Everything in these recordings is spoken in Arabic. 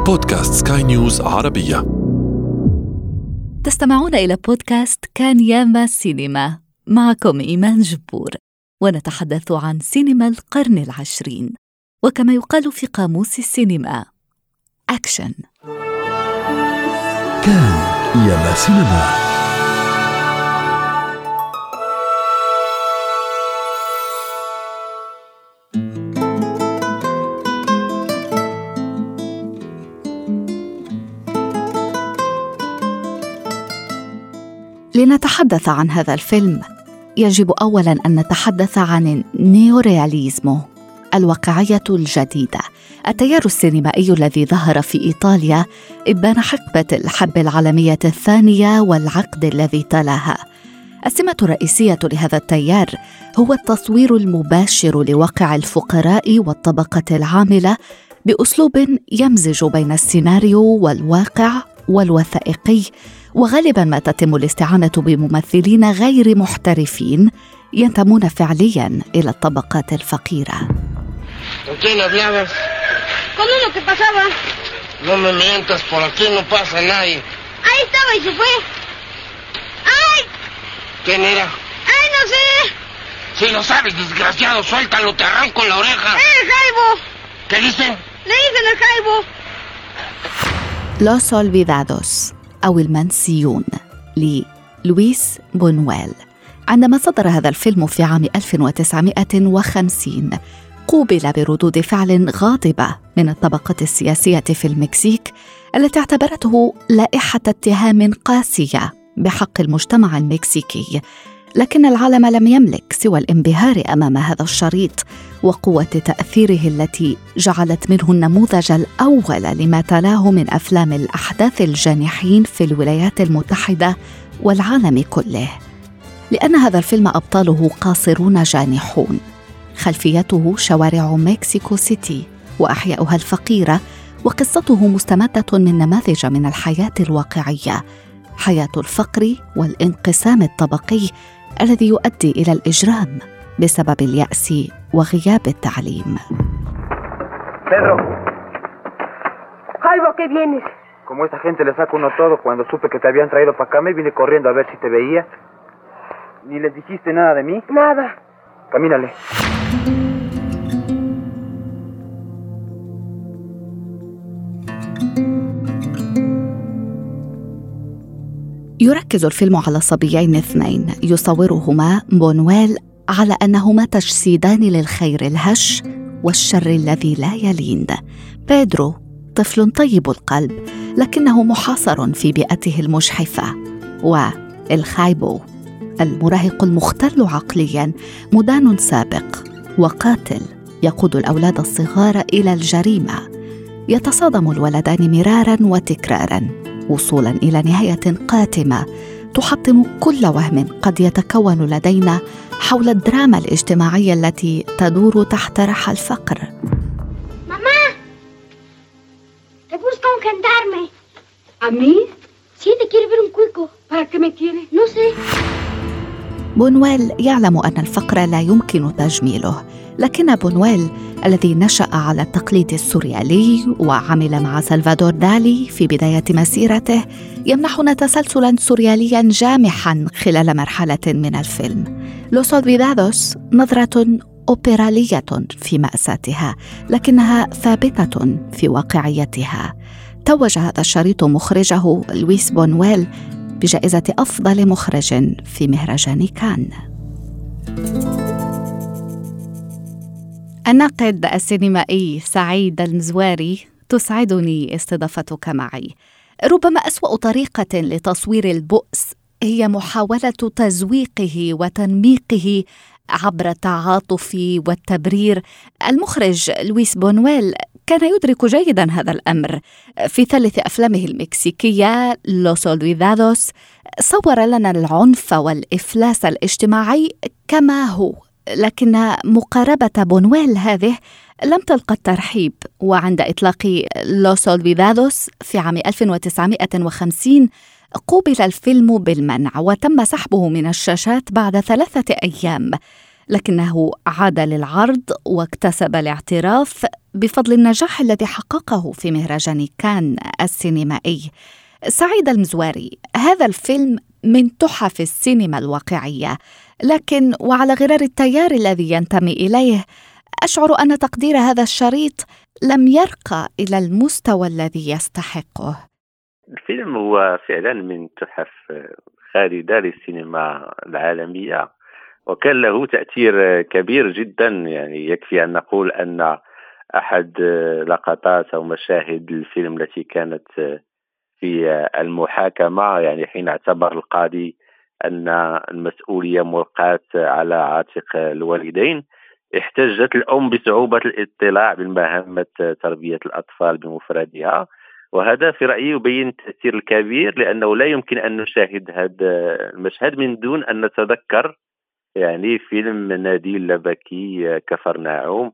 بودكاست سكاي نيوز عربية. تستمعون إلى بودكاست كان ياما سينما، معكم إيمان جبور، ونتحدث عن سينما القرن العشرين، وكما يقال في قاموس السينما: أكشن. كان ياما سينما. لنتحدث عن هذا الفيلم يجب أولاً أن نتحدث عن النيورياليزمو، الواقعية الجديدة، التيار السينمائي الذي ظهر في إيطاليا إبان حقبة الحرب العالمية الثانية والعقد الذي تلاها. السمة الرئيسية لهذا التيار هو التصوير المباشر لواقع الفقراء والطبقة العاملة بأسلوب يمزج بين السيناريو والواقع والوثائقي، وغالباً ما تتم الاستعانة بممثلين غير محترفين ينتمون فعلياً إلى الطبقات الفقيرة. Los Olvidados أو المنسيون للويس بونويل. عندما صدر هذا الفيلم في عام 1950 قوبل بردود فعل غاضبة من الطبقة السياسية في المكسيك، التي اعتبرته لائحة اتهام قاسية بحق المجتمع المكسيكي. لكن العالم لم يملك سوى الانبهار أمام هذا الشريط وقوة تأثيره التي جعلت منه النموذج الأول لما تلاه من أفلام الأحداث الجانحين في الولايات المتحدة والعالم كله. لأن هذا الفيلم أبطاله قاصرون جانحون، خلفيته شوارع مكسيكو سيتي وأحياؤها الفقيرة، وقصته مستمدة من نماذج من الحياة الواقعية، حياة الفقر والانقسام الطبقي الذي يؤدي إلى الإجرام بسبب اليأس وغياب التعليم. Pedro. Jairo, ¿qué vienes? Como esa gente le saca uno todo, cuando supe que te habían traído para acá me vine corriendo a ver si te veía. ¿Ni les dijiste nada de mí? Nada. Camínale. يركز الفيلم على صبيين اثنين يصورهما بونويل على أنهما تجسيدان للخير الهش والشر الذي لا يلين. بيدرو طفل طيب القلب لكنه محاصر في بيئته المجحفة، والخايبو المراهق المختل عقلياً مدان سابق وقاتل يقود الأولاد الصغار إلى الجريمة. يتصادم الولدان مراراً وتكراراً وصولاً إلى نهاية قاتمة تحطم كل وهم قد يتكون لدينا حول الدراما الاجتماعية التي تدور تحت رحى الفقر. Mamá, te busca un gendarme. ¿A mí? Sí, te quiere ver un cuico. ¿Para qué me quiere? No sé. بونويل يعلم أن الفقر لا يمكن تجميله، لكن بونويل الذي نشأ على التقليد السوريالي وعمل مع سلفادور دالي في بداية مسيرته يمنحنا تسلسلاً سوريالياً جامحاً خلال مرحلة من الفيلم. لوس أولفيدادوس نظرة أوبرالية في مأساتها، لكنها ثابتة في واقعيتها. توج هذا الشريط مخرجه لويس بونويل بجائزة أفضل مخرج في مهرجان كان. الناقد السينمائي سعيد المزواري، تسعدني استضافتك معي. ربما أسوأ طريقة لتصوير البؤس هي محاولة تزويقه وتنميقه عبر التعاطف والتبرير. المخرج لويس بونويل كان يدرك جيداً هذا الأمر. في ثالث أفلامه المكسيكية لوس أولفيدادوس صور لنا العنف والإفلاس الاجتماعي كما هو، لكن مقاربة بونويل هذه لم تلقى الترحيب. وعند إطلاق لوس أولفيدادوس في عام 1950 قوبل الفيلم بالمنع وتم سحبه من الشاشات بعد 3 أيام. لكنه عاد للعرض واكتسب الاعتراف بفضل النجاح الذي حققه في مهرجان كان السينمائي. سعيد المزواري، هذا الفيلم من تحف السينما الواقعية، لكن وعلى غرار التيار الذي ينتمي إليه أشعر أن تقدير هذا الشريط لم يرقى إلى المستوى الذي يستحقه. الفيلم هو فعلا من تحف خالدة للسينما العالمية، وكان له تأثير كبير جدا. يعني يكفي أن نقول أن أحد لقطات أو مشاهد الفيلم التي كانت في المحاكمة، يعني حين اعتبر القاضي أن المسؤولية ملقاة على عاتق الوالدين، احتجت الأم بصعوبة الاطلاع بالمهمة تربية الأطفال بمفردها. وهذا في رأيي يبين التأثير الكبير، لأنه لا يمكن أن نشاهد هذا المشهد من دون أن نتذكر يعني فيلم نادي اللبكي كفرناعوم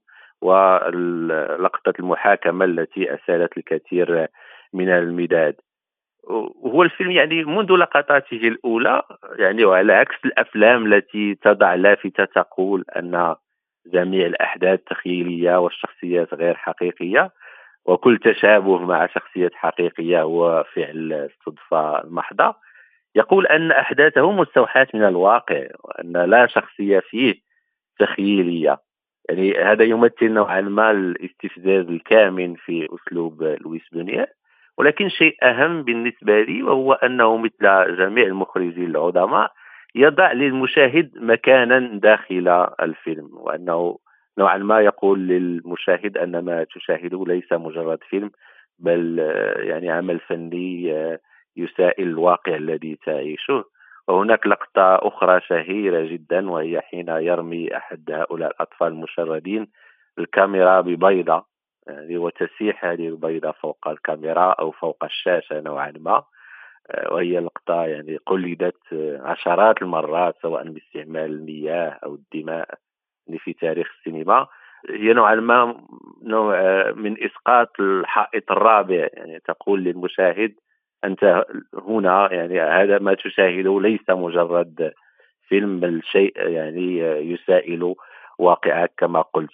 ولقطة المحاكمة التي أسالت الكثير من المداد. وهو الفيلم يعني منذ لقطاته الأولى، يعني وعلى عكس الأفلام التي تضع لافتة تقول أن جميع الأحداث تخيلية والشخصيات غير حقيقية، وكل تشابه مع شخصية حقيقية هو فعل الصدفة المحضة، يقول أن أحداثه مستوحاة من الواقع وأن لا شخصية فيه تخيلية. يعني هذا يمثل نوعا ما الاستفزاز الكامن في أسلوب لويس بونيير. ولكن شيء أهم بالنسبة لي وهو أنه مثل جميع المخرجين العظماء يضع للمشاهد مكانا داخل الفيلم، وأنه نوعا ما يقول للمشاهد أن ما تشاهده ليس مجرد فيلم، بل يعني عمل فني يسائل الواقع الذي تعيشه. وهناك لقطة أخرى شهيرة جدا، وهي حين يرمي أحد هؤلاء الأطفال المشردين الكاميرا ببيضة، يعني وتسيح هذه البيضة فوق الكاميرا أو فوق الشاشة نوعا ما. وهي لقطة يعني قلدت عشرات المرات سواء باستعمال المياه أو الدماء في تاريخ السينما. هي نوعا ما نوع من إسقاط الحائط الرابع، يعني تقول للمشاهد أنت هنا، يعني هذا ما تشاهده ليس مجرد فيلم بل شيء يعني يسائل واقعك كما قلت.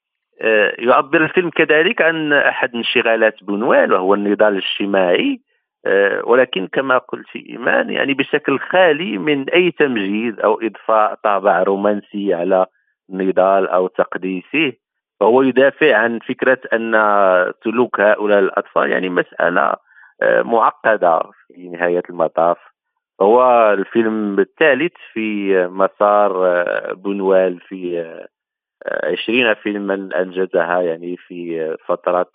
يعبر الفيلم كذلك عن أحد انشغالات بونويل وهو النضال الاجتماعي، ولكن كما قلت إيمان يعني بشكل خالي من أي تمجيد أو إضفاء طابع رومانسي على النضال أو تقديسه. فهو يدافع عن فكرة أن سلوك هؤلاء الأطفال يعني مسألة معقدة في نهاية المطاف. هو الفيلم الثالث في مسار بونويل في 20 فيلما أنجزها يعني في فترة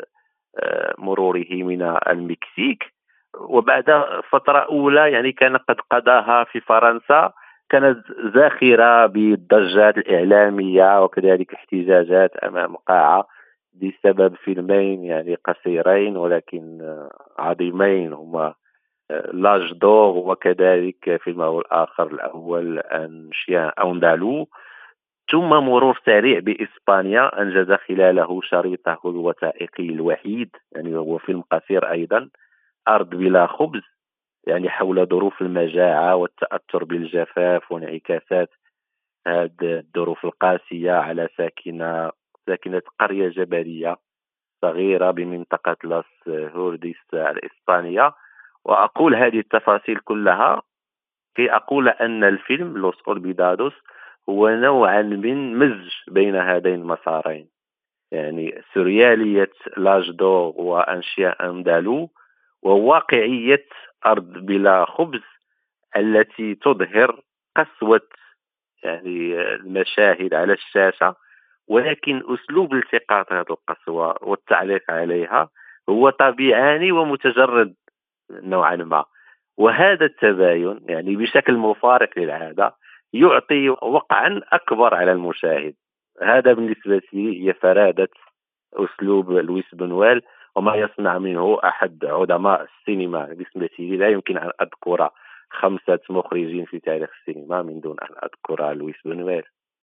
مروره من المكسيك، وبعد فترة أولى يعني كان قد قضاها في فرنسا كانت زاخرة بالضجات الإعلامية وكذلك احتجاجات أمام قاعة بسبب فيلمين يعني قصيرين ولكن عظيمين، هما لاج دور وكذلك فيلمه الآخر الأول أن شيان أوندالو. ثم مرور سريع بإسبانيا أنجز خلاله شريطه الوثائقي الوحيد، يعني هو فيلم قصير أيضا، أرض بلا خبز، يعني حول ظروف المجاعة والتأثر بالجفاف وانعكاسات هذه الظروف القاسية على ساكنة قرية جبلية صغيرة بمنطقة لاس هورديس الإسبانية. وأقول هذه التفاصيل كلها كي أقول أن الفيلم لوس أولبيدادوس هو نوعا من مزج بين هذين المسارين، يعني سوريالية لاج دور وأنشياء أندالو وواقعية أرض بلا خبز التي تظهر قسوة يعني المشاهد على الشاشة، ولكن أسلوب التقاط هذه القسوة والتعليق عليها هو طبيعي ومتجرد نوعا ما. وهذا التباين يعني بشكل مفارق للعادة يعطي وقعا أكبر على المشاهد. هذا بالنسبة لي هي فرادة أسلوب لويس بونويل وما يصنع منه أحد عظماء السينما. بالنسبة لي لا يمكن أن أذكر 5 مخرجين في تاريخ السينما من دون أن أذكر لويس بونويل.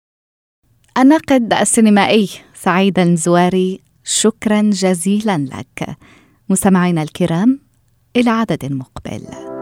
الناقد السينمائي سعيد المزواري، شكرا جزيلا لك. مستمعينا الكرام، إلى عدد مقبل.